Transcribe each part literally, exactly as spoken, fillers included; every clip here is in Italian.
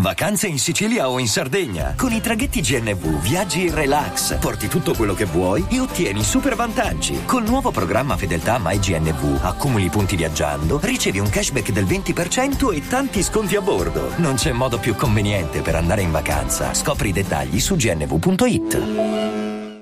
Vacanze in Sicilia o in Sardegna. Con i traghetti G N V viaggi in relax, porti tutto quello che vuoi e ottieni super vantaggi. Col nuovo programma Fedeltà MyGNV accumuli punti viaggiando, ricevi un cashback del venti per cento e tanti sconti a bordo. Non c'è modo più conveniente per andare in vacanza. Scopri i dettagli su g n v punto i t.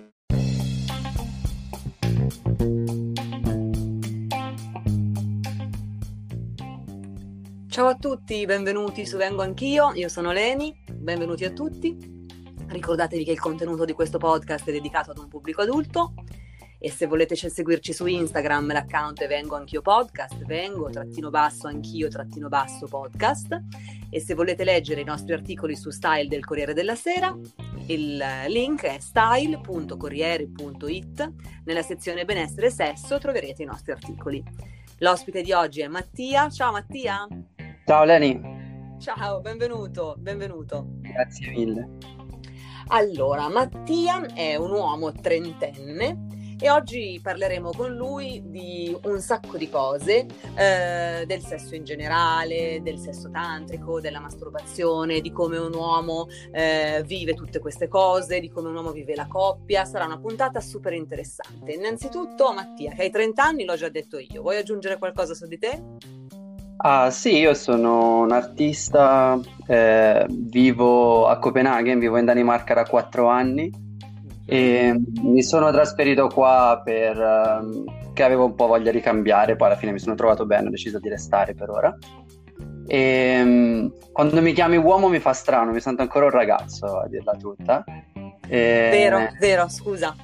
Ciao a tutti, benvenuti su Vengo Anch'io, io sono Leni, benvenuti a tutti. Ricordatevi che il contenuto di questo podcast è dedicato ad un pubblico adulto e se volete seguirci su Instagram l'account è Vengo Anch'io Podcast, vengo trattino basso anch'io trattino basso podcast, e se volete leggere i nostri articoli su Style del Corriere della Sera il link è style punto corriere punto i t, nella sezione benessere e sesso troverete i nostri articoli. L'ospite di oggi è Mattia. Ciao Mattia. Ciao Leni. Ciao, benvenuto, benvenuto. Grazie mille. Allora, Mattia è un uomo trentenne e oggi parleremo con lui di un sacco di cose, eh, del sesso in generale, del sesso tantrico, della masturbazione, di come un uomo eh, vive tutte queste cose, di come un uomo vive la coppia. Sarà una puntata super interessante. Innanzitutto, Mattia, che hai trenta anni, l'ho già detto io. Vuoi aggiungere qualcosa su di te? Ah sì, io sono un artista, eh, vivo a Copenaghen, vivo in Danimarca da quattro anni e mi sono trasferito qua per ehm, che avevo un po' voglia di cambiare, poi alla fine mi sono trovato bene, ho deciso di restare per ora. E ehm, quando mi chiami uomo mi fa strano, mi sento ancora un ragazzo, a dirla tutta. E... Vero, vero, scusa.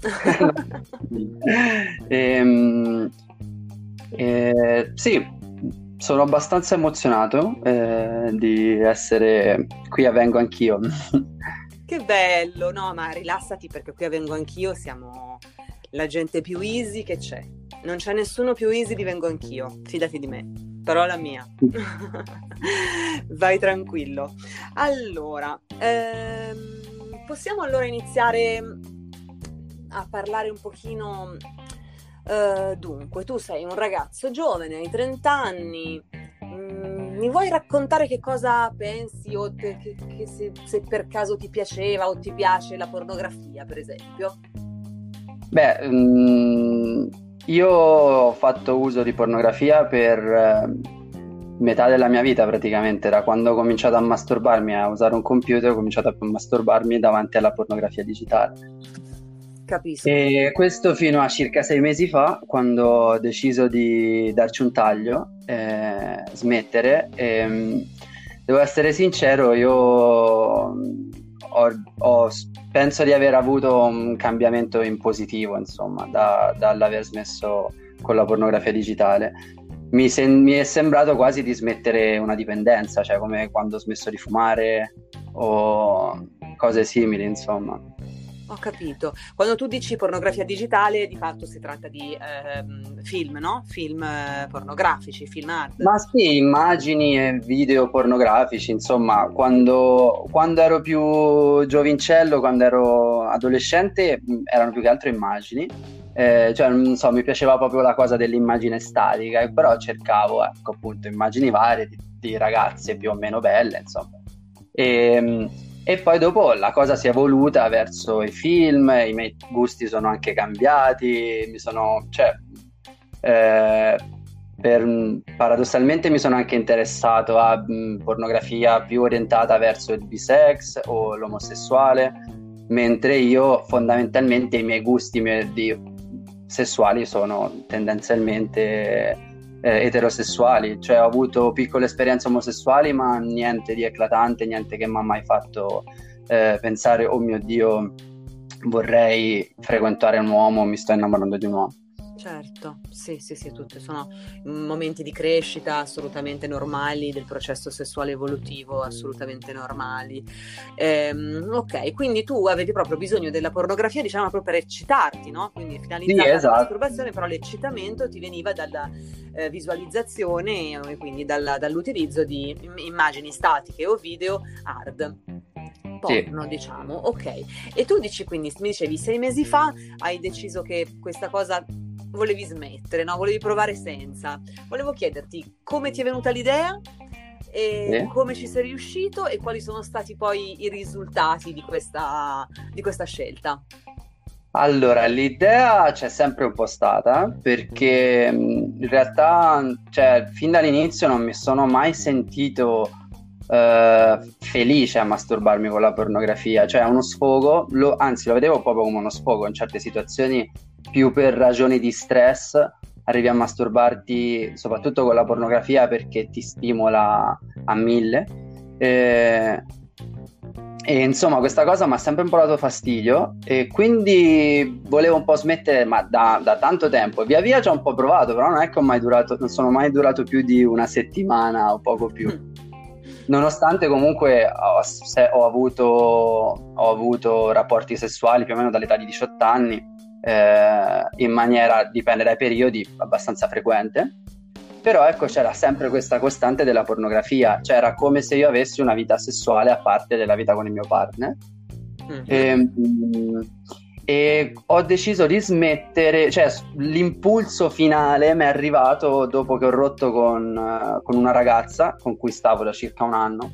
e, e, sì. Sono abbastanza emozionato eh, di essere qui a Vengo Anch'io. Che bello, no, ma rilassati perché qui a Vengo Anch'io siamo la gente più easy che c'è. Non c'è nessuno più easy di Vengo Anch'io, fidati di me, parola mia. Vai tranquillo. Allora, ehm, possiamo allora iniziare a parlare un pochino... Uh, dunque, tu sei un ragazzo giovane, hai trenta anni, mm, mi vuoi raccontare che cosa pensi o te, che, che se, se per caso ti piaceva o ti piace la pornografia, per esempio? Beh, mm, io ho fatto uso di pornografia per eh, metà della mia vita praticamente, da quando ho cominciato a masturbarmi, a usare un computer, ho cominciato a masturbarmi davanti alla pornografia digitale. Capisco. E questo fino a circa sei mesi fa, quando ho deciso di darci un taglio, eh, smettere. E, devo essere sincero, io ho, ho, penso di aver avuto un cambiamento in positivo, insomma, da, dall'aver smesso con la pornografia digitale. Mi, sen- mi è sembrato quasi di smettere una dipendenza, cioè come quando ho smesso di fumare o cose simili, insomma. Ho capito. Quando tu dici pornografia digitale, di fatto si tratta di ehm, film, no? Film eh, pornografici, film art. Ma sì, immagini e video pornografici, insomma, quando, quando ero più giovincello, quando ero adolescente, erano più che altro immagini. Eh, cioè, non so, mi piaceva proprio la cosa dell'immagine statica, però cercavo, ecco, appunto, immagini varie di, di ragazze più o meno belle, insomma. E... E poi dopo la cosa si è evoluta verso i film, i miei gusti sono anche cambiati, mi sono, cioè, eh, per, paradossalmente mi sono anche interessato a mh, pornografia più orientata verso il bisex o l'omosessuale, mentre io fondamentalmente i miei gusti miei, di, sessuali sono tendenzialmente... Eh, eterosessuali, cioè ho avuto piccole esperienze omosessuali ma niente di eclatante, niente che mi ha mai fatto eh, pensare oh mio Dio vorrei frequentare un uomo, mi sto innamorando di un uomo. Certo, sì, sì, sì, tutti sono momenti di crescita assolutamente normali del processo sessuale evolutivo, assolutamente normali. Ehm, ok, quindi tu avevi proprio bisogno della pornografia, diciamo, proprio per eccitarti, no? Quindi finalizzata sì, esatto. alla masturbazione, però l'eccitamento ti veniva dalla eh, visualizzazione e quindi dalla, dall'utilizzo di immagini statiche o video hard. Porno, sì. Diciamo, ok. E tu dici, quindi mi dicevi sei mesi fa hai deciso che questa cosa volevi smettere, no? Volevi provare senza. Volevo chiederti come ti è venuta l'idea E Sì. come ci sei riuscito e quali sono stati poi i risultati di questa, di questa scelta? Allora, l'idea c'è sempre un po' stata, perché mh, in realtà, cioè, fin dall'inizio non mi sono mai sentito eh, felice a masturbarmi con la pornografia, cioè è uno sfogo, lo- anzi lo vedevo proprio come uno sfogo in certe situazioni, più per ragioni di stress, arrivi a masturbarti soprattutto con la pornografia perché ti stimola a mille. Eh, e insomma, questa cosa mi ha sempre un po' dato fastidio e quindi volevo un po' smettere, ma da, da tanto tempo. Via via ci ho un po' provato, però non è che ho mai durato, non sono mai durato più di una settimana o poco più. Nonostante comunque ho, se- ho avuto, ho avuto rapporti sessuali più o meno dall'età di diciotto anni, eh, in maniera, dipende dai periodi, abbastanza frequente. Però ecco, c'era sempre questa costante della pornografia, cioè era come se io avessi una vita sessuale a parte della vita con il mio partner. Mhm. E, e ho deciso di smettere, cioè s- l'impulso finale mi è arrivato dopo che ho rotto con, eh, con una ragazza con cui stavo da circa un anno,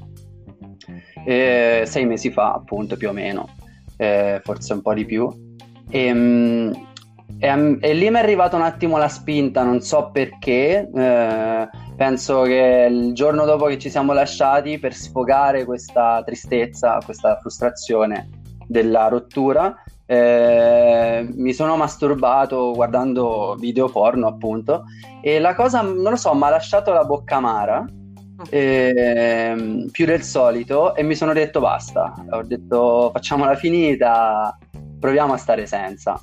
eh, sei mesi fa appunto più o meno, eh, forse un po' di più. E, mm, e, am- e lì mi è arrivata un attimo la spinta, non so perché, eh, penso che il giorno dopo che ci siamo lasciati, per sfogare questa tristezza, questa frustrazione della rottura, eh, mi sono masturbato guardando video porno appunto, e la cosa, non lo so, mi ha lasciato la bocca amara, ehm, più del solito, e mi sono detto basta, ho detto facciamola finita, proviamo a stare senza.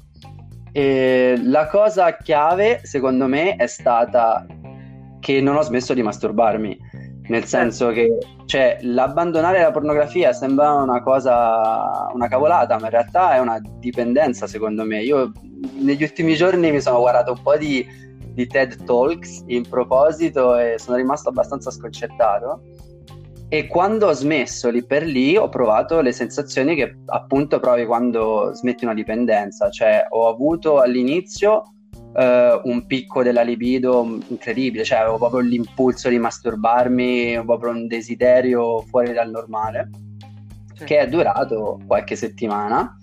E la cosa chiave, secondo me, è stata che non ho smesso di masturbarmi, nel senso che, cioè, l'abbandonare la pornografia sembra una cosa, una cavolata, ma in realtà è una dipendenza, secondo me. Io negli ultimi giorni mi sono guardato un po' di, di TED Talks in proposito e sono rimasto abbastanza sconcertato. E quando ho smesso lì per lì ho provato le sensazioni che appunto provi quando smetti una dipendenza, cioè ho avuto all'inizio eh, un picco della libido incredibile, cioè avevo proprio l'impulso di masturbarmi, proprio un desiderio fuori dal normale, che è durato qualche settimana,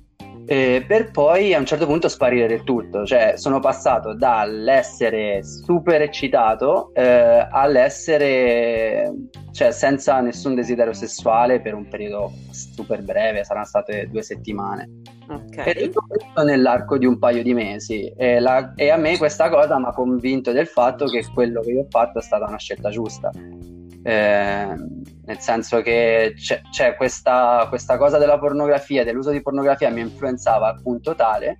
eh, per poi a un certo punto sparire del tutto, cioè sono passato dall'essere super eccitato eh, all'essere, cioè, senza nessun desiderio sessuale per un periodo super breve, saranno state due settimane. Ok. E tutto questo nell'arco di un paio di mesi, e, la- e a me questa cosa mi ha convinto del fatto che quello che io ho fatto è stata una scelta giusta. Eh, nel senso che c'è, c'è questa, questa cosa della pornografia, dell'uso di pornografia, mi influenzava al punto tale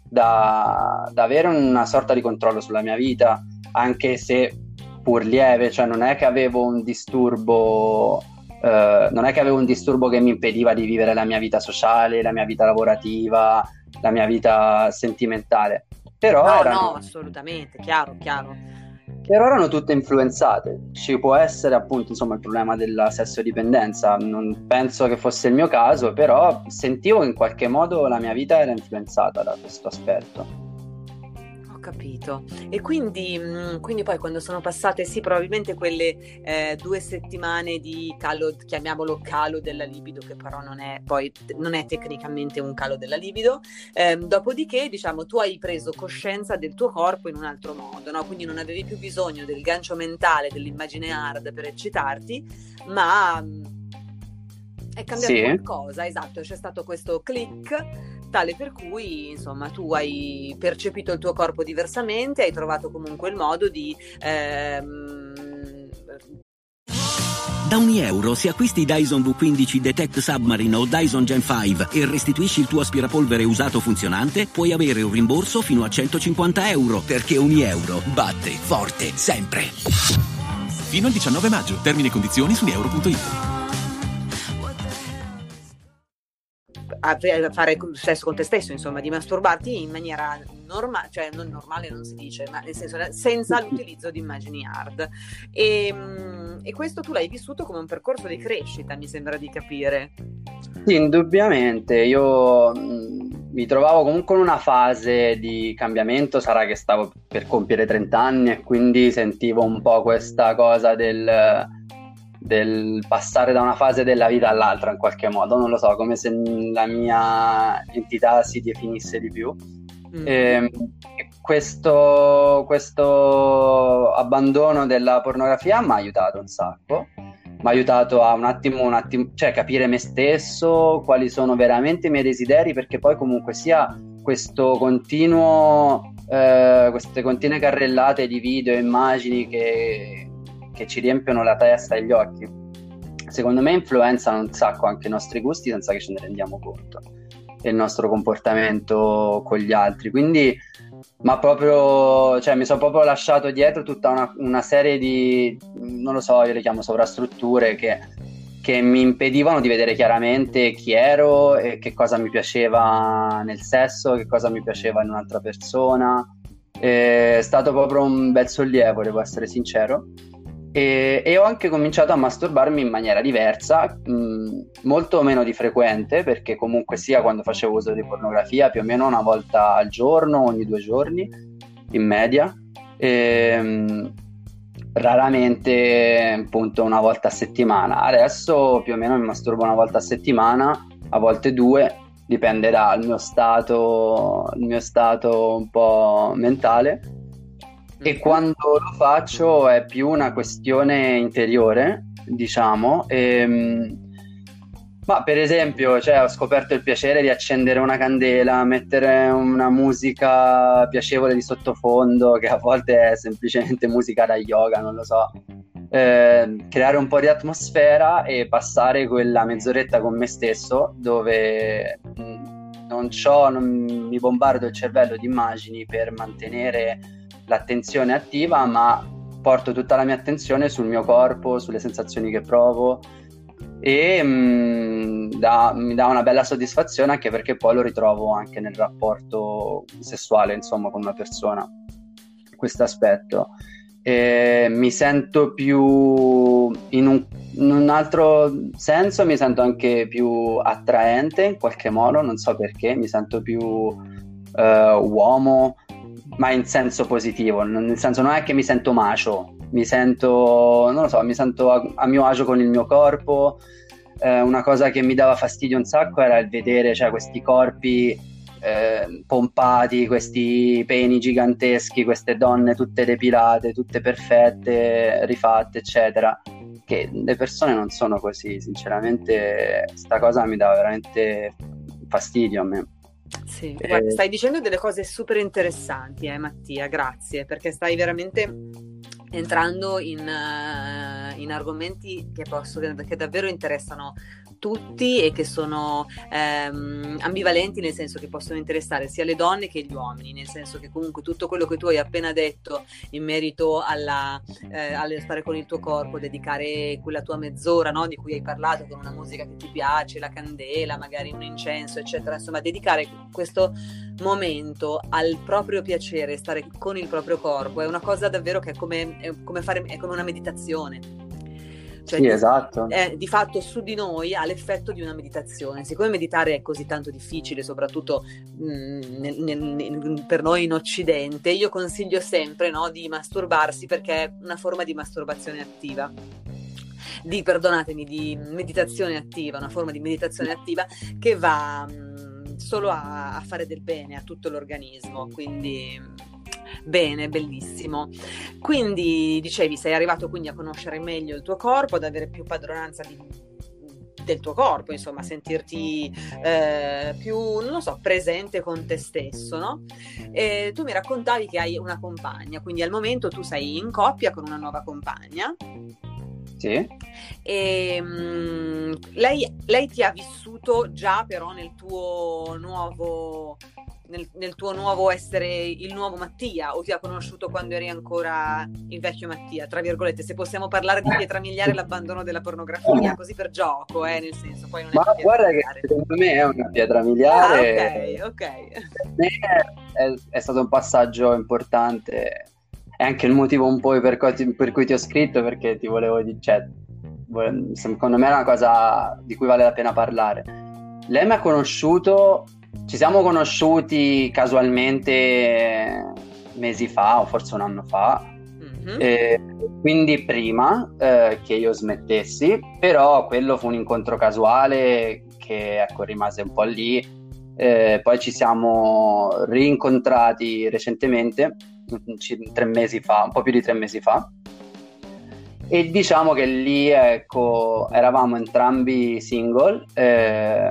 da, da avere una sorta di controllo sulla mia vita, anche se pur lieve, cioè non è che avevo un disturbo, eh, non è che avevo un disturbo che mi impediva di vivere la mia vita sociale, la mia vita lavorativa, la mia vita sentimentale, però No, erano, no, assolutamente, chiaro, chiaro. però erano tutte influenzate. Ci può essere appunto, insomma, il problema della sessodipendenza, non penso che fosse il mio caso, però sentivo che in qualche modo la mia vita era influenzata da questo aspetto. Ho capito. E quindi, mh, quindi poi quando sono passate, sì, probabilmente quelle eh, due settimane di calo, chiamiamolo calo della libido, che però non è poi non è tecnicamente un calo della libido, ehm, dopodiché, diciamo, tu hai preso coscienza del tuo corpo in un altro modo, no? Quindi non avevi più bisogno del gancio mentale, dell'immagine hard per eccitarti, ma mh, è cambiato Sì. qualcosa, esatto, c'è stato questo click tale per cui, insomma, tu hai percepito il tuo corpo diversamente, hai trovato comunque il modo di ehm... Da ogni euro, se acquisti Dyson V quindici Detect Submarine o Dyson Gen cinque e restituisci il tuo aspirapolvere usato funzionante, puoi avere un rimborso fino a centocinquanta euro, perché ogni euro batte forte sempre. Fino al diciannove maggio. Termini e condizioni su euro punto it. a fare sesso con te stesso, insomma, di masturbarti in maniera normale, cioè non normale non si dice, ma nel senso senza l'utilizzo di immagini hard. E, e questo tu l'hai vissuto come un percorso di crescita, mi sembra di capire. Sì, indubbiamente. Io mh, mi trovavo comunque in una fase di cambiamento, sarà che stavo per compiere trenta anni e quindi sentivo un po' questa cosa del del passare da una fase della vita all'altra in qualche modo, non lo so, come se la mia entità si definisse di più. Mm. E questo, questo abbandono della pornografia mi ha aiutato un sacco, mi ha aiutato a un attimo, un attimo, cioè capire me stesso, quali sono veramente i miei desideri, perché poi comunque sia questo continuo, eh, queste continue carrellate di video e immagini che che ci riempiono la testa e gli occhi, secondo me influenzano un sacco anche i nostri gusti senza che ce ne rendiamo conto, e il nostro comportamento con gli altri. Quindi ma proprio, cioè mi sono proprio lasciato dietro tutta una, una serie di, non lo so, io le chiamo sovrastrutture che, che mi impedivano di vedere chiaramente chi ero e che cosa mi piaceva nel sesso, che cosa mi piaceva in un'altra persona. È stato proprio un bel sollievo, devo essere sincero. E, e ho anche cominciato a masturbarmi in maniera diversa, mh, molto meno di frequente, perché comunque sia quando facevo uso di pornografia più o meno una volta al giorno, ogni due giorni in media, e, mh, raramente appunto una volta a settimana. Adesso più o meno mi masturbo una volta a settimana, a volte due, dipende dal mio stato, il mio stato un po' mentale. E quando lo faccio è più una questione interiore, diciamo. E, ma per esempio, cioè, ho scoperto il piacere di accendere una candela, mettere una musica piacevole di sottofondo, che a volte è semplicemente musica da yoga, non lo so. Eh, creare un po' di atmosfera e passare quella mezz'oretta con me stesso, dove non c'ho, non mi bombardo il cervello di immagini per mantenere l'attenzione attiva, ma porto tutta la mia attenzione sul mio corpo, sulle sensazioni che provo, e mh, dà, mi dà una bella soddisfazione, anche perché poi lo ritrovo anche nel rapporto sessuale, insomma, con una persona, questo aspetto. E mi sento più in un, in un altro senso, mi sento anche più attraente in qualche modo, non so perché, mi sento più uh, uomo, ma in senso positivo, nel senso non è che mi sento macio, mi sento, non lo so, mi sento a, a mio agio con il mio corpo. Eh, una cosa che mi dava fastidio un sacco era il vedere, cioè, questi corpi eh, pompati, questi peni giganteschi, queste donne tutte depilate, tutte perfette, rifatte, eccetera, che le persone non sono così, sinceramente sta cosa mi dava veramente fastidio a me. Sì, guarda, stai dicendo delle cose super interessanti, eh, Mattia, grazie, perché stai veramente entrando in, uh, in argomenti che, posso, che davvero interessano tutti e che sono ehm, ambivalenti, nel senso che possono interessare sia le donne che gli uomini, nel senso che comunque tutto quello che tu hai appena detto in merito alla, eh, allo stare con il tuo corpo, dedicare quella tua mezz'ora, no, di cui hai parlato, con una musica che ti piace, la candela, magari un incenso, eccetera, insomma dedicare questo momento al proprio piacere, stare con il proprio corpo, è una cosa davvero che è come, è come fare, è come una meditazione. Cioè, sì, esatto. È, di fatto su di noi ha l'effetto di una meditazione. Siccome meditare è così tanto difficile, soprattutto mh, nel, nel, nel, per noi in Occidente, io consiglio sempre, no, di masturbarsi, perché è una forma di masturbazione attiva. Di, perdonatemi, di meditazione attiva, una forma di meditazione attiva che va mh, solo a, a fare del bene a tutto l'organismo, quindi bene, bellissimo. Quindi dicevi, sei arrivato quindi a conoscere meglio il tuo corpo, ad avere più padronanza di, del tuo corpo, insomma, sentirti eh, più, non lo so, presente con te stesso, no? E tu mi raccontavi che hai una compagna, quindi al momento tu sei in coppia con una nuova compagna. Sì. E, mh, lei, lei ti ha vissuto già però nel tuo nuovo nel, nel tuo nuovo essere il nuovo Mattia, o ti ha conosciuto quando eri ancora il vecchio Mattia, tra virgolette, se possiamo parlare di pietra miliare e l'abbandono della pornografia, così per gioco, eh, nel senso, poi non è. Ma guarda miliare. Che secondo me è una pietra miliare. Ah, ok, ok. Per me è, è stato un passaggio importante. È anche il motivo un po' per cui ti, per cui ti ho scritto, perché ti volevo dire, cioè, secondo me è una cosa di cui vale la pena parlare. Lei mi ha conosciuto, ci siamo conosciuti casualmente mesi fa, o forse un anno fa, Mhm. E quindi prima eh, che io smettessi, però quello fu un incontro casuale che ecco rimase un po' lì. Eh, poi ci siamo rincontrati recentemente, ci- tre mesi fa, un po' più di tre mesi fa, e diciamo che lì ecco eravamo entrambi single, eh,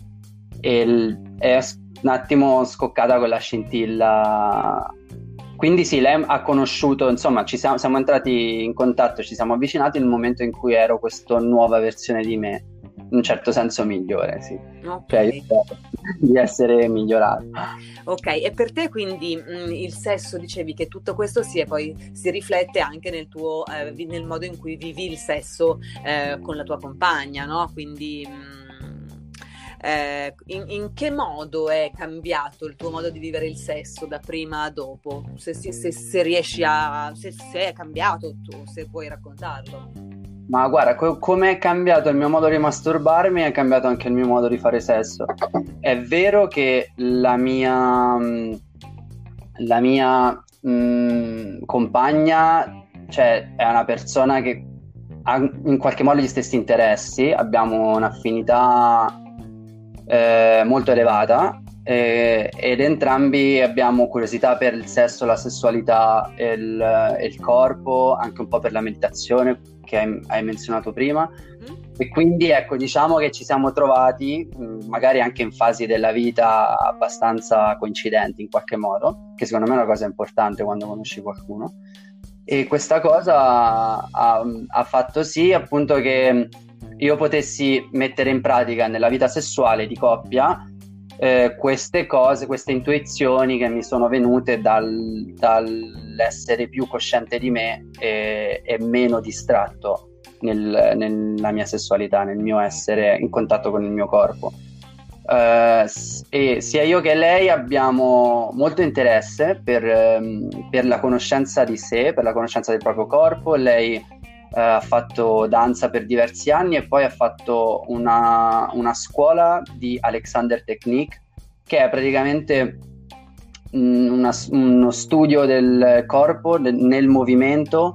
e l- è s- un attimo scoccata quella scintilla. Quindi sì, lei ha conosciuto, insomma, ci siamo, siamo entrati in contatto, ci siamo avvicinati nel momento in cui ero questa nuova versione di me, in un certo senso migliore, sì. Ok. Cioè, io spero di essere migliorato. Ok, e per te quindi mh, il sesso, dicevi che tutto questo si, è poi, si riflette anche nel tuo, eh, vi- nel modo in cui vivi il sesso eh, con la tua compagna, no? Quindi mh, eh, in, in che modo è cambiato il tuo modo di vivere il sesso da prima a dopo? Se, se- se- se riesci a... se, se è cambiato tu, se puoi raccontarlo. Ma guarda, co- come è cambiato il mio modo di masturbarmi, è cambiato anche il mio modo di fare sesso. È vero che la mia, mh, la mia mh, compagna, cioè, è una persona che ha in qualche modo gli stessi interessi, abbiamo un'affinità eh, molto elevata, eh, ed entrambi abbiamo curiosità per il sesso, la sessualità e il, e il corpo, anche un po' per la meditazione che hai, hai menzionato prima. Mhm. E quindi ecco, diciamo che ci siamo trovati mh, magari anche in fasi della vita abbastanza coincidenti in qualche modo, che secondo me è una cosa importante quando conosci qualcuno. E questa cosa ha, ha fatto sì appunto che io potessi mettere in pratica nella vita sessuale di coppia eh, queste cose, queste intuizioni che mi sono venute dal, dall'essere più cosciente di me e, e meno distratto nel- nella mia sessualità, nel mio essere in contatto con il mio corpo. Eh, s- e sia io che lei abbiamo molto interesse per, ehm, per la conoscenza di sé, per la conoscenza del proprio corpo. Lei eh, ha fatto danza per diversi anni e poi ha fatto una, una scuola di Alexander Technique, che è praticamente mm, una- uno studio del corpo del- nel movimento.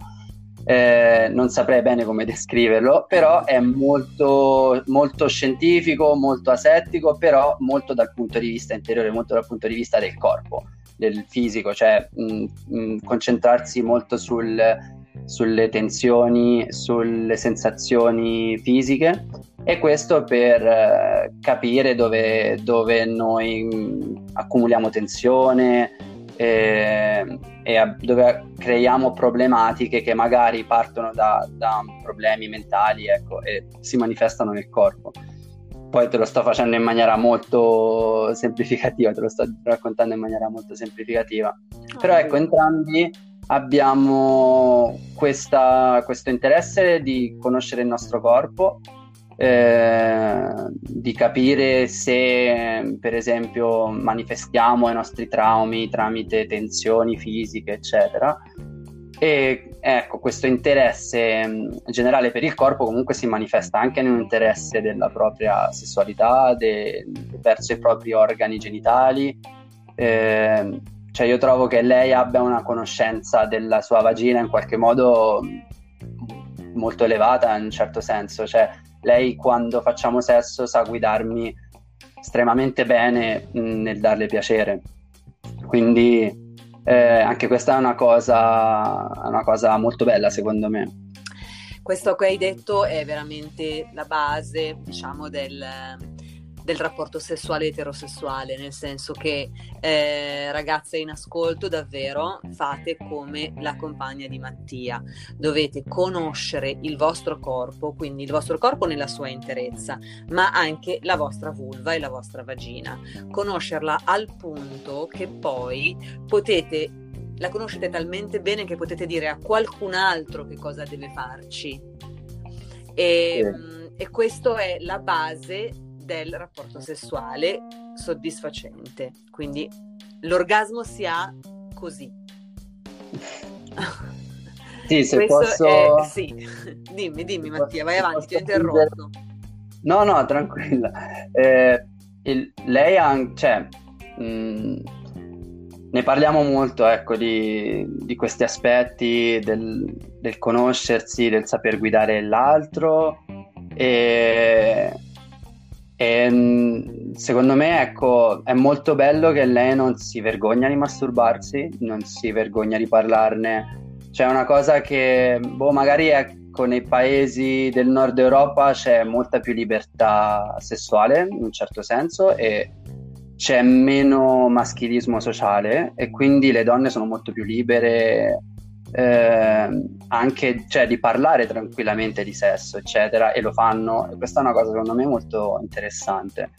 Eh, non saprei bene come descriverlo, però è molto, molto scientifico, molto asettico, però molto dal punto di vista interiore, molto dal punto di vista del corpo, del fisico, cioè mh, mh, concentrarsi molto sul, sulle tensioni, sulle sensazioni fisiche, e questo per eh, capire dove, dove noi mh, accumuliamo tensione, e, e a- dove creiamo problematiche che magari partono da, da problemi mentali, ecco, e si manifestano nel corpo. Poi te lo sto facendo in maniera molto semplificativa, te lo sto raccontando in maniera molto semplificativa. Però ecco, entrambi abbiamo questa, questo interesse di conoscere il nostro corpo, eh, di capire se per esempio manifestiamo i nostri traumi tramite tensioni fisiche, eccetera. E ecco, questo interesse mh, generale per il corpo comunque si manifesta anche in un interesse della propria sessualità, de- verso i propri organi genitali. Eh, cioè io trovo che lei abbia una conoscenza della sua vagina in qualche modo mh, molto elevata in un certo senso, cioè lei quando facciamo sesso sa guidarmi estremamente bene mh, nel darle piacere. Quindi eh, anche questa è una cosa, una cosa molto bella secondo me. Questo che hai detto è veramente la base, diciamo, del, del rapporto sessuale eterosessuale, nel senso che eh, ragazze in ascolto, davvero fate come la compagna di Mattia, dovete conoscere il vostro corpo, quindi il vostro corpo nella sua interezza, ma anche la vostra vulva e la vostra vagina, conoscerla al punto che poi potete la conoscete talmente bene che potete dire a qualcun altro che cosa deve farci. E, Sì. e questo è la base del rapporto sessuale soddisfacente. Quindi l'orgasmo si ha così. Sì, se questo posso... è, sì. Dimmi, dimmi se Mattia, posso- vai se avanti, ti ho posso interrotto. No, no, tranquilla. Eh, il- lei ha, cioè, mh, ne parliamo molto, ecco, di, di questi aspetti del, del conoscersi, del saper guidare l'altro e, e secondo me, ecco, è molto bello che lei non si vergogna di masturbarsi, non si vergogna di parlarne. C'è una cosa che, boh, magari ecco, nei paesi del nord Europa c'è molta più libertà sessuale, in un certo senso, e c'è meno maschilismo sociale e quindi le donne sono molto più libere eh, anche, cioè, di parlare tranquillamente di sesso, eccetera, e lo fanno. E questa è una cosa secondo me molto interessante.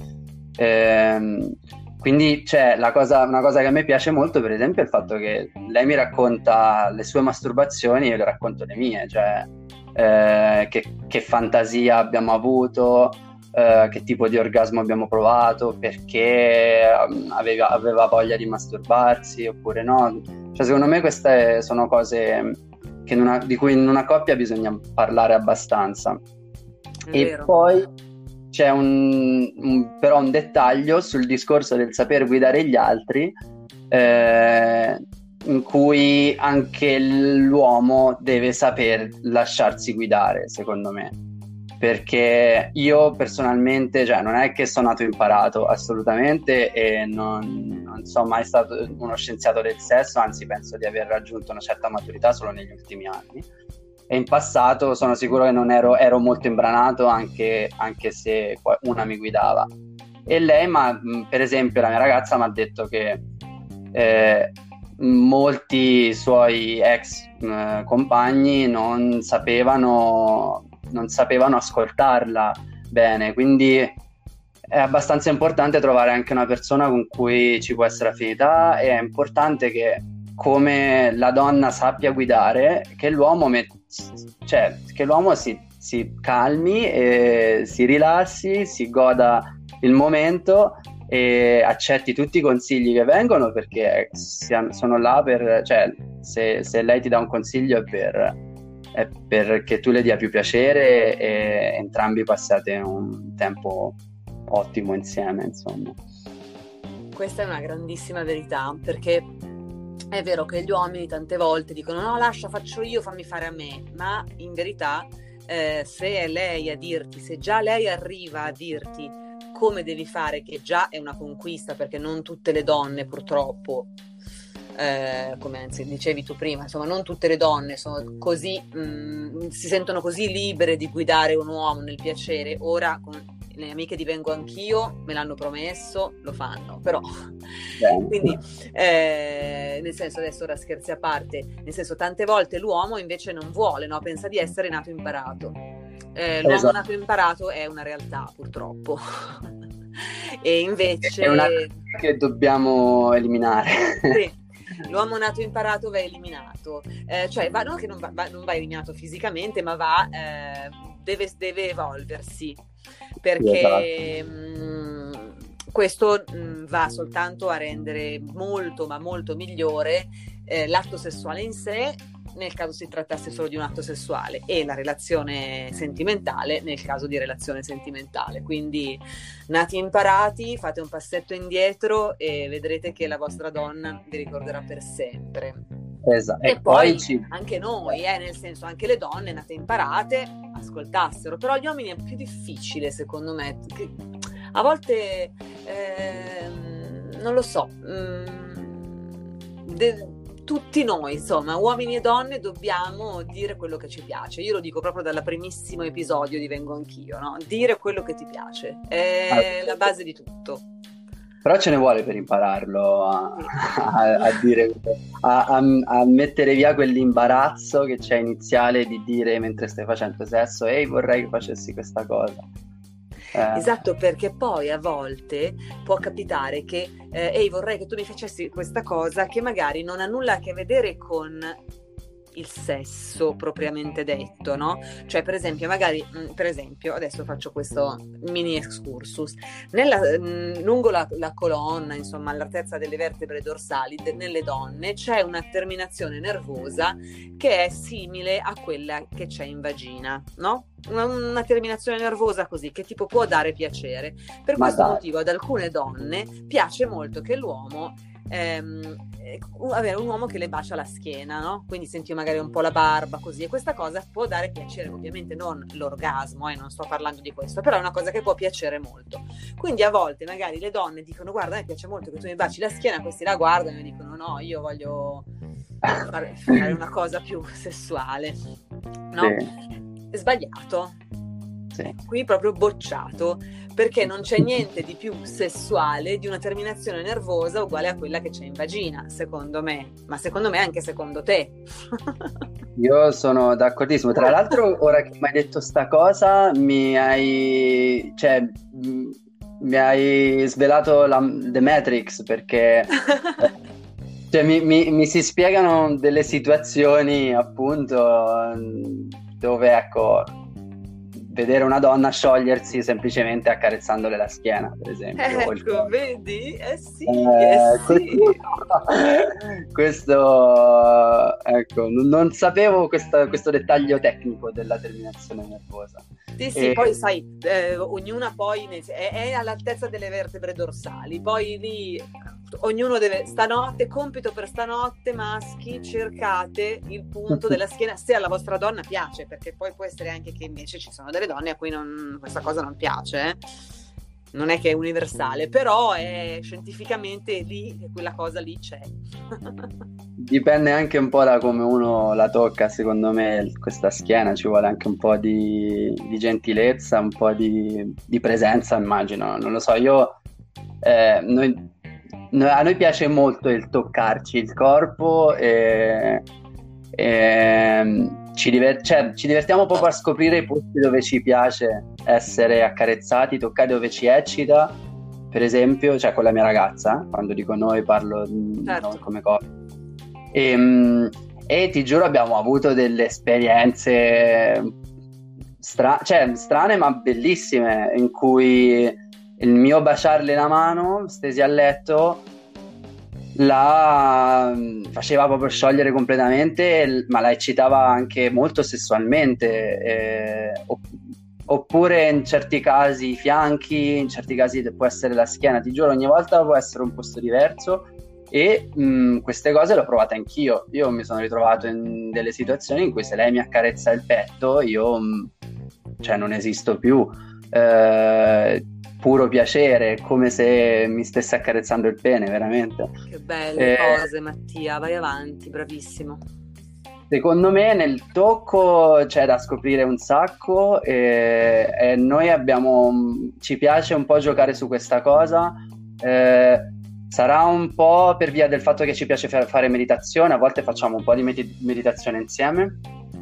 Eh, quindi c'è la cosa, una cosa che a me piace molto, per esempio, è il fatto che lei mi racconta le sue masturbazioni e io le racconto le mie, cioè eh, che, che fantasia abbiamo avuto. Uh, che tipo di orgasmo abbiamo provato, perché um, aveva, aveva voglia di masturbarsi oppure no. Cioè, secondo me queste sono cose che in una, di cui in una coppia bisogna parlare abbastanza. È e vero. Poi c'è un, un, però un dettaglio sul discorso del saper guidare gli altri, eh, in cui anche l'uomo deve saper lasciarsi guidare, secondo me. Perché io personalmente, cioè, non è che sono nato imparato assolutamente e non, non sono mai stato uno scienziato del sesso, anzi penso di aver raggiunto una certa maturità solo negli ultimi anni, e in passato sono sicuro che non ero, ero molto imbranato anche, anche se una mi guidava. E lei, ma per esempio la mia ragazza mi ha detto che eh, molti suoi ex eh, compagni non sapevano non sapevano ascoltarla bene, quindi è abbastanza importante trovare anche una persona con cui ci può essere affinità, e è importante che, come la donna sappia guidare, che l'uomo, met- cioè, che l'uomo si, si calmi e si rilassi, si goda il momento e accetti tutti i consigli che vengono, perché sono là per, cioè, se, se lei ti dà un consiglio è per è perché tu le dia più piacere e entrambi passate un tempo ottimo insieme, insomma. Questa è una grandissima verità, perché è vero che gli uomini tante volte dicono no, lascia, faccio io, fammi fare a me, ma in verità eh, se è lei a dirti, se già lei arriva a dirti come devi fare, che già è una conquista, perché non tutte le donne purtroppo Eh, come anzi dicevi tu prima, insomma, non tutte le donne sono così, mh, si sentono così libere di guidare un uomo nel piacere. Ora con le amiche di Vengo Anch'io me l'hanno promesso, lo fanno, però Bene. quindi eh, nel senso, adesso ora scherzi a parte, nel senso, tante volte l'uomo invece non vuole, no? Pensa di essere nato imparato. Eh, l'uomo Esatto. nato imparato è una realtà, purtroppo. E invece è una cosa che dobbiamo eliminare. sì. L'uomo nato imparato va eliminato, eh, cioè va, non che non va, va, non va eliminato fisicamente, ma va, eh, deve, deve evolversi, perché mh, questo mh, va soltanto a rendere molto ma molto migliore eh, l'atto sessuale in sé, nel caso si trattasse solo di un atto sessuale, e la relazione sentimentale nel caso di relazione sentimentale. Quindi nati imparati, fate un passetto indietro e vedrete che la vostra donna vi ricorderà per sempre. Esatto. E, e poi, poi ci... anche noi, eh, nel senso, anche le donne nate imparate ascoltassero, però gli uomini è più difficile, secondo me, che a volte ehm, non lo so, mh, de- tutti noi, insomma, uomini e donne, dobbiamo dire quello che ci piace. Io lo dico proprio dal primissimo episodio di Vengo Anch'io, no? Dire quello che ti piace è ah, la base di tutto. Però ce ne vuole per impararlo a, a, a dire, a, a, a mettere via quell'imbarazzo che c'è iniziale di dire mentre stai facendo sesso: ehi, vorrei che facessi questa cosa. Eh. Esatto, perché poi a volte può capitare che eh, ehi, vorrei che tu mi facessi questa cosa che magari non ha nulla a che vedere con il sesso propriamente detto, no? Cioè, per esempio, magari, mh, per esempio, adesso faccio questo mini excursus. Nella, mh, lungo la, la colonna, insomma, all'altezza delle vertebre dorsali, de, nelle donne c'è una terminazione nervosa che è simile a quella che c'è in vagina, no? Una, una terminazione nervosa così, che tipo può dare piacere. Per Ma questo dai. motivo ad alcune donne piace molto che l'uomo ehm, avere un uomo che le bacia la schiena, no? Quindi senti magari un po' la barba così, e questa cosa può dare piacere, ovviamente non l'orgasmo, eh, non sto parlando di questo, però è una cosa che può piacere molto. Quindi a volte magari le donne dicono: guarda, a me piace molto che tu mi baci la schiena, questi la guardano e dicono: no, io voglio fare, fare una cosa più sessuale, no? Sì. È sbagliato. Sì. Qui proprio bocciato, perché non c'è niente di più sessuale di una terminazione nervosa uguale a quella che c'è in vagina, secondo me, ma secondo me anche secondo te. Io sono d'accordissimo. Tra l'altro, ora che mi hai detto sta cosa, mi hai, cioè, m- mi hai svelato la, The Matrix, perché cioè, mi, mi- mi si spiegano delle situazioni, appunto, dove, ecco, vedere una donna sciogliersi semplicemente accarezzandole la schiena, per esempio. o il Ecco, collo. vedi? Eh sì, Eh, eh sì. questo, questo, ecco, non, non sapevo questa- questo dettaglio tecnico della terminazione nervosa. Sì, sì, E- poi sai, eh, ognuna poi ne- è, è all'altezza delle vertebre dorsali, poi lì ognuno deve, stanotte, compito per stanotte, maschi, cercate il punto della schiena, se alla vostra donna piace, perché poi può essere anche che invece ci sono delle donne a cui non- questa cosa non piace, eh. Non è che è universale, però è scientificamente lì, quella cosa lì c'è. Dipende anche un po' da come uno la tocca, secondo me, questa schiena ci vuole anche un po' di, di gentilezza, un po' di, di presenza, immagino. Non lo so, io, eh, noi, noi- a noi piace molto il toccarci il corpo e, e ci, diver- cioè, ci divertiamo proprio a scoprire i posti dove ci piace essere accarezzati, toccare dove ci eccita. Per esempio, cioè con la mia ragazza, quando dico noi parlo di Certo. noi come coppia. E, mm, e ti giuro abbiamo avuto delle esperienze stra- cioè, strane ma bellissime, in cui il mio baciarle la mano stesi a letto la mm, faceva proprio sciogliere completamente, l- ma la eccitava anche molto sessualmente, eh, opp- oppure in certi casi i fianchi, in certi casi può essere la schiena, ti giuro ogni volta può essere un posto diverso. E mh, queste cose le ho provate anch'io. Io mi sono ritrovato in delle situazioni in cui se lei mi accarezza il petto, io mh, cioè non esisto più. Eh, puro piacere, come se mi stesse accarezzando il pene, veramente. Che belle Eh, cose, Mattia, vai avanti, bravissimo. Secondo me nel tocco c'è da scoprire un sacco e, e noi abbiamo, ci piace un po' giocare su questa cosa. Eh, sarà un po' per via del fatto che ci piace fa- fare meditazione, a volte facciamo un po' di medit- meditazione insieme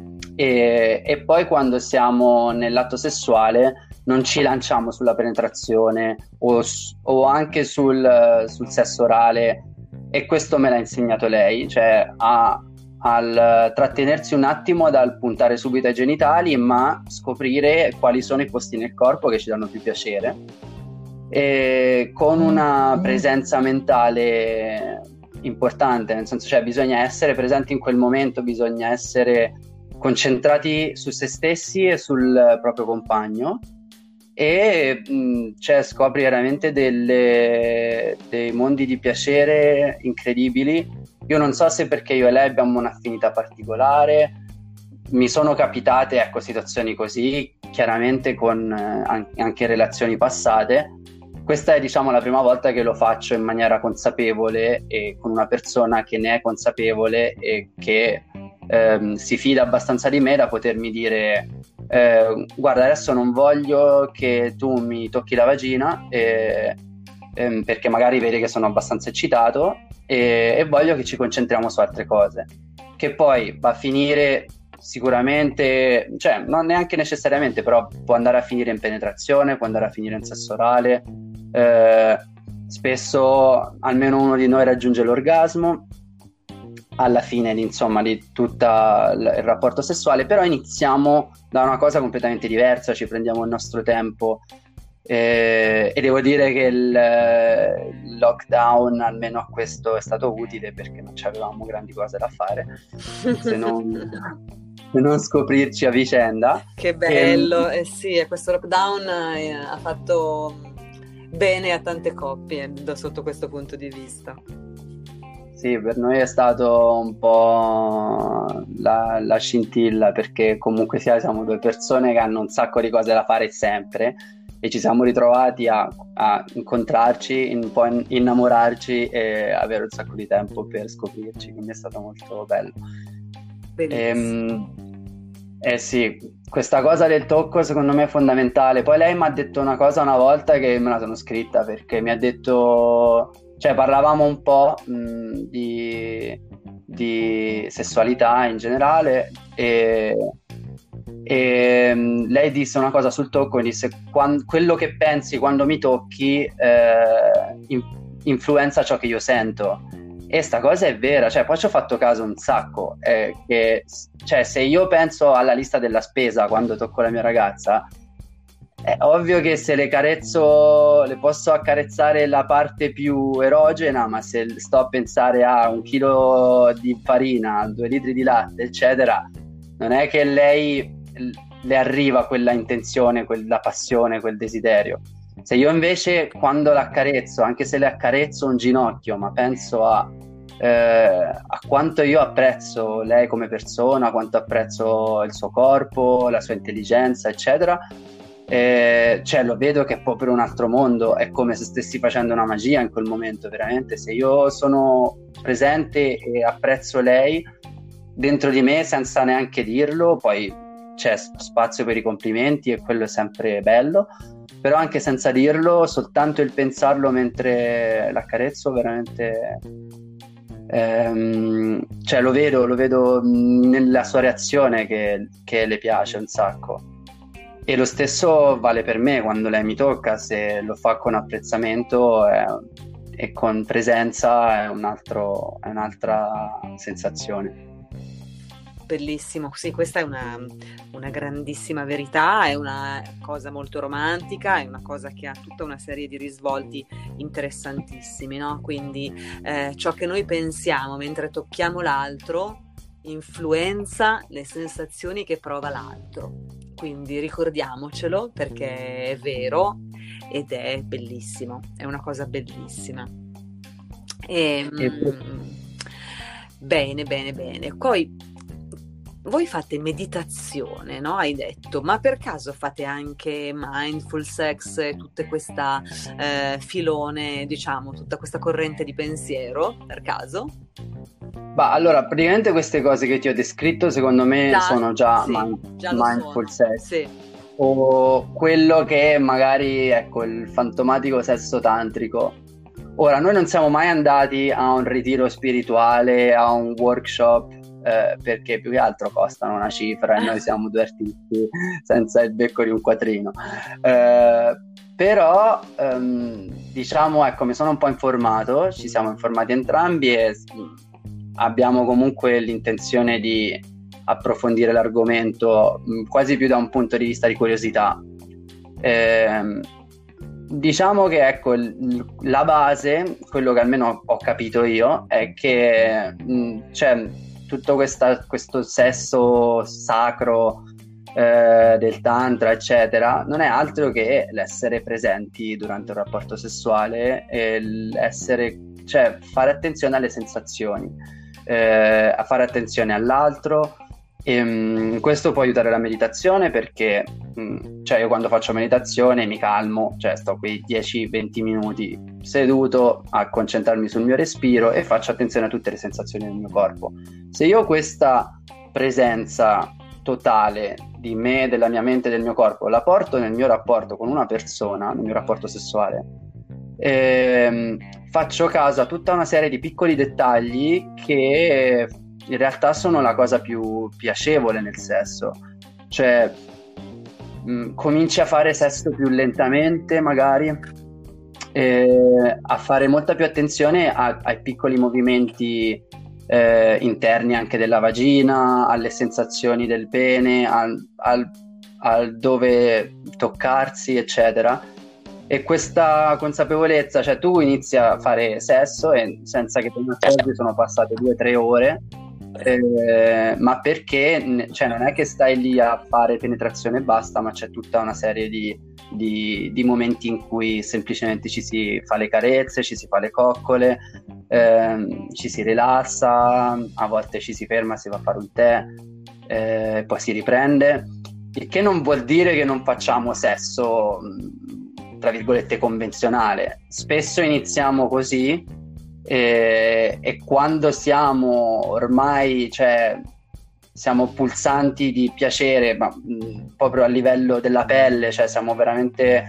e, e poi quando siamo nell'atto sessuale non ci lanciamo sulla penetrazione o, s- o anche sul, sul sesso orale, e questo me l'ha insegnato lei, cioè a al trattenersi un attimo dal puntare subito ai genitali, ma scoprire quali sono i posti nel corpo che ci danno più piacere, e con una presenza mentale importante, nel senso, cioè bisogna essere presenti in quel momento, bisogna essere concentrati su se stessi e sul proprio compagno, e mh, cioè scopri veramente delle, dei mondi di piacere incredibili. Io non so se perché io e lei abbiamo un'affinità particolare, mi sono capitate, ecco, situazioni così, chiaramente con eh, an- anche relazioni passate. Questa è, diciamo, la prima volta che lo faccio in maniera consapevole e con una persona che ne è consapevole e che ehm, si fida abbastanza di me da potermi dire eh, guarda, adesso non voglio che tu mi tocchi la vagina e, ehm, perché magari vedi che sono abbastanza eccitato e, e voglio che ci concentriamo su altre cose, che poi va a finire sicuramente, cioè non neanche necessariamente, però può andare a finire in penetrazione, può andare a finire in sesso orale. Eh, spesso almeno uno di noi raggiunge l'orgasmo alla fine di, insomma, di tutto il rapporto sessuale, però iniziamo da una cosa completamente diversa, ci prendiamo il nostro tempo. Eh, e devo dire che il, il lockdown almeno a questo è stato utile, perché non avevamo grandi cose da fare se non, se non scoprirci a vicenda. Che bello, eh sì, e questo lockdown eh, ha fatto bene a tante coppie da- sotto questo punto di vista. sì, per noi è stato un po' la, la scintilla, perché comunque sia siamo due persone che hanno un sacco di cose da fare sempre e ci siamo ritrovati a, a incontrarci, un po' in, innamorarci e avere un sacco di tempo per scoprirci, quindi è stato molto bello. Ehm, eh sì, questa cosa del tocco secondo me è fondamentale. Poi lei mi ha detto una cosa una volta che me la sono scritta, perché mi ha detto, cioè parlavamo un po' mh, di, di sessualità in generale e, e mh, lei disse una cosa sul tocco e disse: "Quan- quello che pensi quando mi tocchi eh, in- influenza ciò che io sento". E sta cosa è vera, cioè poi ci ho fatto caso un sacco, eh, che, cioè se io penso alla lista della spesa quando tocco la mia ragazza, è ovvio che se le carezzo, le posso accarezzare la parte più erogena, ma se sto a pensare a un chilo di farina, due litri di latte, eccetera, non è che lei le arriva quella intenzione, quella passione, quel desiderio. Se io invece quando l'accarezzo, anche se le accarezzo un ginocchio, ma penso a, eh, a quanto io apprezzo lei come persona, quanto apprezzo il suo corpo, la sua intelligenza, eccetera, eh, cioè lo vedo che è proprio un altro mondo, è come se stessi facendo una magia in quel momento, veramente. Se io sono presente e apprezzo lei dentro di me senza neanche dirlo, poi c'è spazio per i complimenti e quello è sempre bello, però anche senza dirlo, soltanto il pensarlo mentre l'accarezzo, veramente ehm, cioè lo vedo, lo vedo nella sua reazione che, che le piace un sacco. E lo stesso vale per me quando lei mi tocca, se lo fa con apprezzamento eh, e con presenza è un altro, è un'altra sensazione. Bellissimo, sì, questa è una, una grandissima verità, è una cosa molto romantica, è una cosa che ha tutta una serie di risvolti interessantissimi, no? Quindi eh, ciò che noi pensiamo mentre tocchiamo l'altro influenza le sensazioni che prova l'altro, quindi ricordiamocelo perché è vero ed è bellissimo, è una cosa bellissima. E, E mm, bene, bene, bene. Poi voi fate meditazione, no? Hai detto, ma per caso fate anche mindful sex e tutta questa eh, filone, diciamo, tutta questa corrente di pensiero, per caso? Bah, allora, praticamente queste cose che ti ho descritto secondo me Già, sono già, sì, mind- già lo mindful sono, sex, sì. o quello che è magari, ecco, il fantomatico sesso tantrico. Ora, noi non siamo mai andati a un ritiro spirituale, a un workshop, eh, perché più che altro costano una cifra e noi siamo due artisti senza il becco di un quattrino. Eh, però, ehm, diciamo, ecco, mi sono un po' informato, ci siamo informati entrambi e abbiamo comunque l'intenzione di approfondire l'argomento mh, quasi più da un punto di vista di curiosità. Eh, diciamo che ecco il, la base, quello che almeno ho capito io, è che mh, c'è tutto questa, questo sesso sacro eh, del tantra, eccetera, non è altro che l'essere presenti durante un rapporto sessuale e l'essere, cioè fare attenzione alle sensazioni, eh, a fare attenzione all'altro. E, um, questo può aiutare la meditazione perché um, cioè io quando faccio meditazione mi calmo, cioè sto quei dieci venti minuti seduto a concentrarmi sul mio respiro e faccio attenzione a tutte le sensazioni del mio corpo. Se io ho questa presenza totale di me, della mia mente e del mio corpo la porto nel mio rapporto con una persona, nel mio rapporto sessuale, ehm, faccio caso a tutta una serie di piccoli dettagli che in realtà sono la cosa più piacevole nel sesso, cioè mh, cominci a fare sesso più lentamente magari, eh, a fare molta più attenzione a, ai piccoli movimenti eh, interni anche della vagina, alle sensazioni del pene, al, al, al dove toccarsi, eccetera. E questa consapevolezza, cioè tu inizi a fare sesso e senza che te ne accorgi sono passate due o tre ore. Eh, ma perché cioè non è che stai lì a fare penetrazione e basta, ma c'è tutta una serie di, di, di momenti in cui semplicemente ci si fa le carezze, ci si fa le coccole, eh, ci si rilassa, a volte ci si ferma, si va a fare un tè, eh, poi si riprende, il che non vuol dire che non facciamo sesso tra virgolette convenzionale. Spesso iniziamo così e, e quando siamo ormai, cioè siamo pulsanti di piacere, ma mh, proprio a livello della pelle, cioè siamo veramente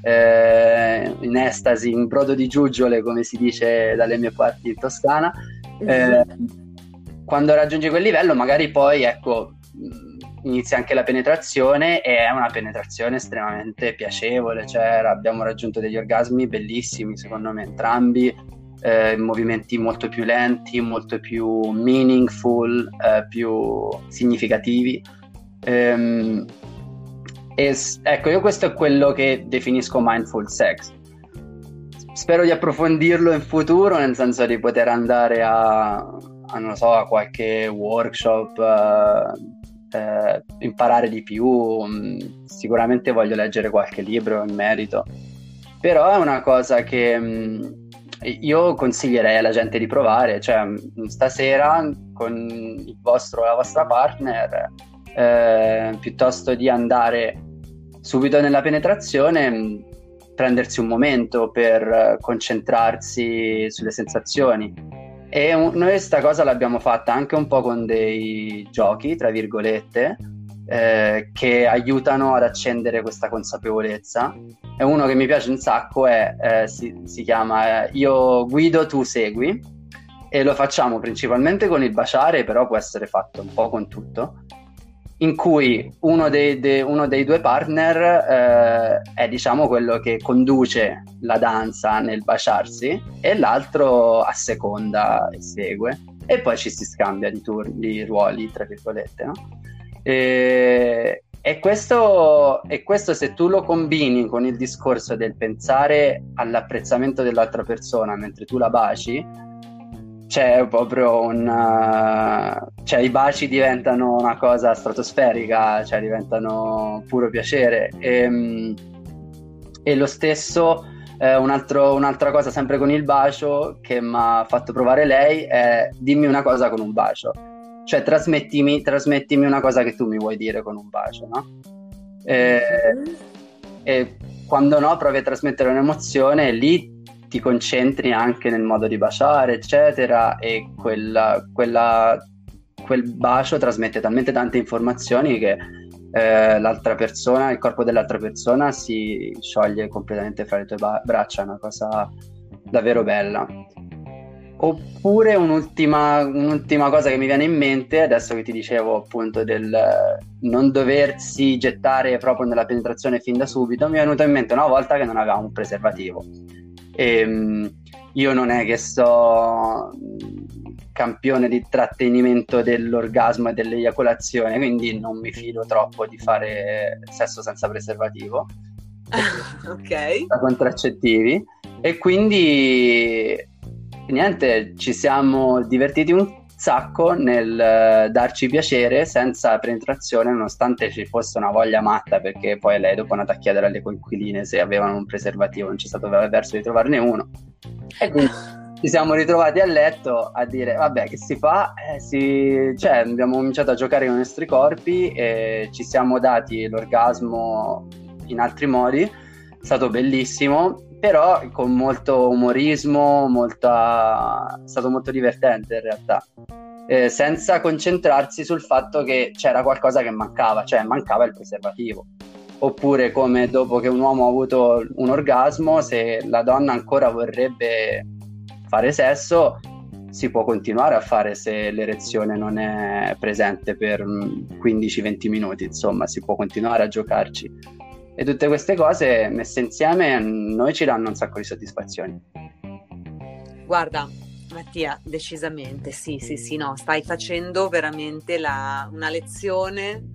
eh, in estasi, in brodo di giuggiole, come si dice dalle mie parti in Toscana, eh, quando raggiungi quel livello magari poi ecco inizia anche la penetrazione, e è una penetrazione estremamente piacevole, cioè abbiamo raggiunto degli orgasmi bellissimi secondo me entrambi, eh, movimenti molto più lenti, molto più meaningful, eh, più significativi, ehm, e ecco, io questo è quello che definisco mindful sex. Spero di approfondirlo in futuro, nel senso di poter andare a, a non so, a qualche workshop, uh, Eh, imparare di più. Sicuramente voglio leggere qualche libro in merito, però è una cosa che mh, io consiglierei alla gente di provare, cioè mh, stasera con il vostro la vostra partner, eh, piuttosto di andare subito nella penetrazione, mh, prendersi un momento per concentrarsi sulle sensazioni. E un, noi questa cosa l'abbiamo fatta anche un po' con dei giochi, tra virgolette, eh, che aiutano ad accendere questa consapevolezza. E uno che mi piace un sacco è, eh, si, si chiama eh, Io guido, tu segui, e lo facciamo principalmente con il baciare, però può essere fatto un po' con tutto, in cui uno dei, de, uno dei due partner eh, è diciamo quello che conduce la danza nel baciarsi e l'altro asseconda e segue, e poi ci si scambia di turni, di ruoli, tra virgolette, no? E, e, questo, e questo se tu lo combini con il discorso del pensare all'apprezzamento dell'altra persona mentre tu la baci, c'è proprio un uh, cioè i baci diventano una cosa stratosferica, cioè diventano puro piacere, e, e lo stesso eh, un altro, un'altra cosa sempre con il bacio che mi ha fatto provare lei è: dimmi una cosa con un bacio, cioè trasmettimi, trasmettimi una cosa che tu mi vuoi dire con un bacio, no? E, e quando no provi a trasmettere un'emozione, lì ti concentri anche nel modo di baciare, eccetera, e quella, quella, quel bacio trasmette talmente tante informazioni che eh, l'altra persona, il corpo dell'altra persona si scioglie completamente fra le tue ba- braccia, è una cosa davvero bella. Oppure un'ultima, un'ultima cosa che mi viene in mente, adesso che ti dicevo appunto del non doversi gettare proprio nella penetrazione fin da subito, mi è venuto in mente una volta che non avevamo un preservativo. E, io non è che so campione di trattenimento dell'orgasmo e dell'eiaculazione, quindi non mi fido troppo di fare sesso senza preservativo, ok, da contraccettivi, e quindi niente, ci siamo divertiti un sacco nel uh, darci piacere senza penetrazione, nonostante ci fosse una voglia matta, perché poi lei dopo è andata a chiedere alle coinquiline se avevano un preservativo, non c'è stato verso di trovarne uno, e quindi ci siamo ritrovati a letto a dire vabbè, che si fa? Eh, si... cioè abbiamo cominciato a giocare con i nostri corpi e ci siamo dati l'orgasmo in altri modi, è stato bellissimo, però con molto umorismo, molta... è stato molto divertente in realtà, eh, senza concentrarsi sul fatto che c'era qualcosa che mancava, cioè mancava il preservativo. Oppure come dopo che un uomo ha avuto un orgasmo, se la donna ancora vorrebbe fare sesso, si può continuare a fare se l'erezione non è presente per quindici venti minuti, insomma si può continuare a giocarci. E tutte queste cose messe insieme a noi ci danno un sacco di soddisfazioni. Guarda Mattia, decisamente sì, sì, sì, no, stai facendo veramente la, una lezione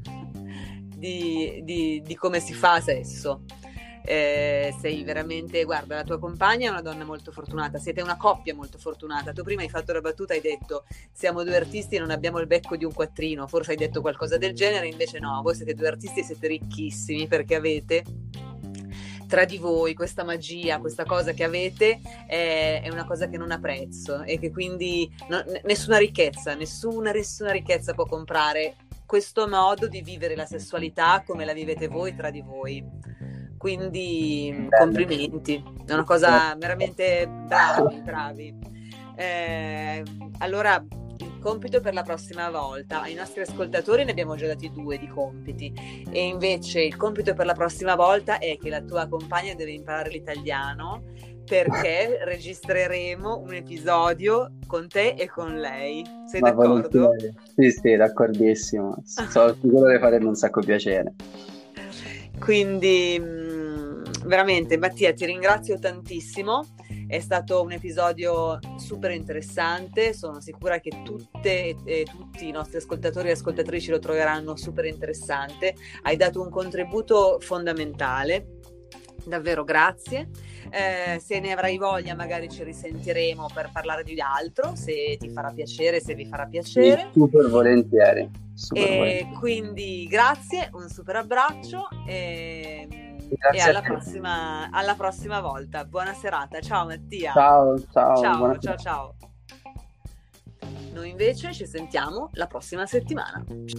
di, di, di come si fa sesso. Eh, sei veramente, guarda, la tua compagna è una donna molto fortunata, siete una coppia molto fortunata. Tu prima hai fatto la battuta, hai detto siamo due artisti e non abbiamo il becco di un quattrino, forse hai detto qualcosa del genere, invece no, voi siete due artisti e siete ricchissimi perché avete tra di voi, questa magia, questa cosa che avete è, è una cosa che non ha prezzo e che quindi no, nessuna ricchezza, nessuna, nessuna ricchezza può comprare questo modo di vivere la sessualità come la vivete voi tra di voi. Quindi Bello. Complimenti, è una cosa veramente bravi, bravi. Eh, allora il compito per la prossima volta, ai nostri ascoltatori ne abbiamo già dati due di compiti, e invece il compito per la prossima volta è che la tua compagna deve imparare l'italiano, perché registreremo un episodio con te e con lei. Sei Ma d'accordo? volentieri. Sì, sì, d'accordissimo. Sono sicuro di farmi un sacco piacere. Quindi mh, veramente Mattia, ti ringrazio tantissimo. È stato un episodio super interessante, sono sicura che tutte e tutti i nostri ascoltatori e ascoltatrici lo troveranno super interessante. Hai dato un contributo fondamentale, davvero grazie. Eh, se ne avrai voglia magari ci risentiremo per parlare di altro, se ti farà piacere, se vi farà piacere. Sì, super volentieri. Super E volentieri. quindi grazie, un super abbraccio e... Grazie e alla a te. prossima, alla prossima volta. Buona serata. Ciao Mattia. Ciao, ciao. Ciao, buona ciao, ciao. Noi invece ci sentiamo la prossima settimana.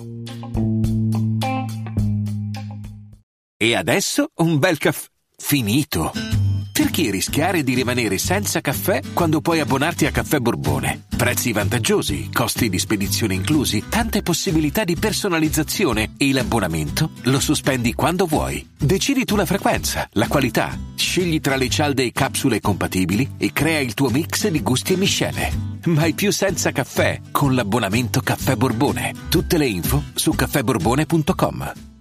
E adesso un bel caffè finito. Perché rischiare di rimanere senza caffè quando puoi abbonarti a Caffè Borbone? Prezzi vantaggiosi, costi di spedizione inclusi, tante possibilità di personalizzazione e l'abbonamento lo sospendi quando vuoi. Decidi tu la frequenza, la qualità, scegli tra le cialde e capsule compatibili e crea il tuo mix di gusti e miscele. Mai più senza caffè con l'abbonamento Caffè Borbone. Tutte le info su caffè borbone punto com.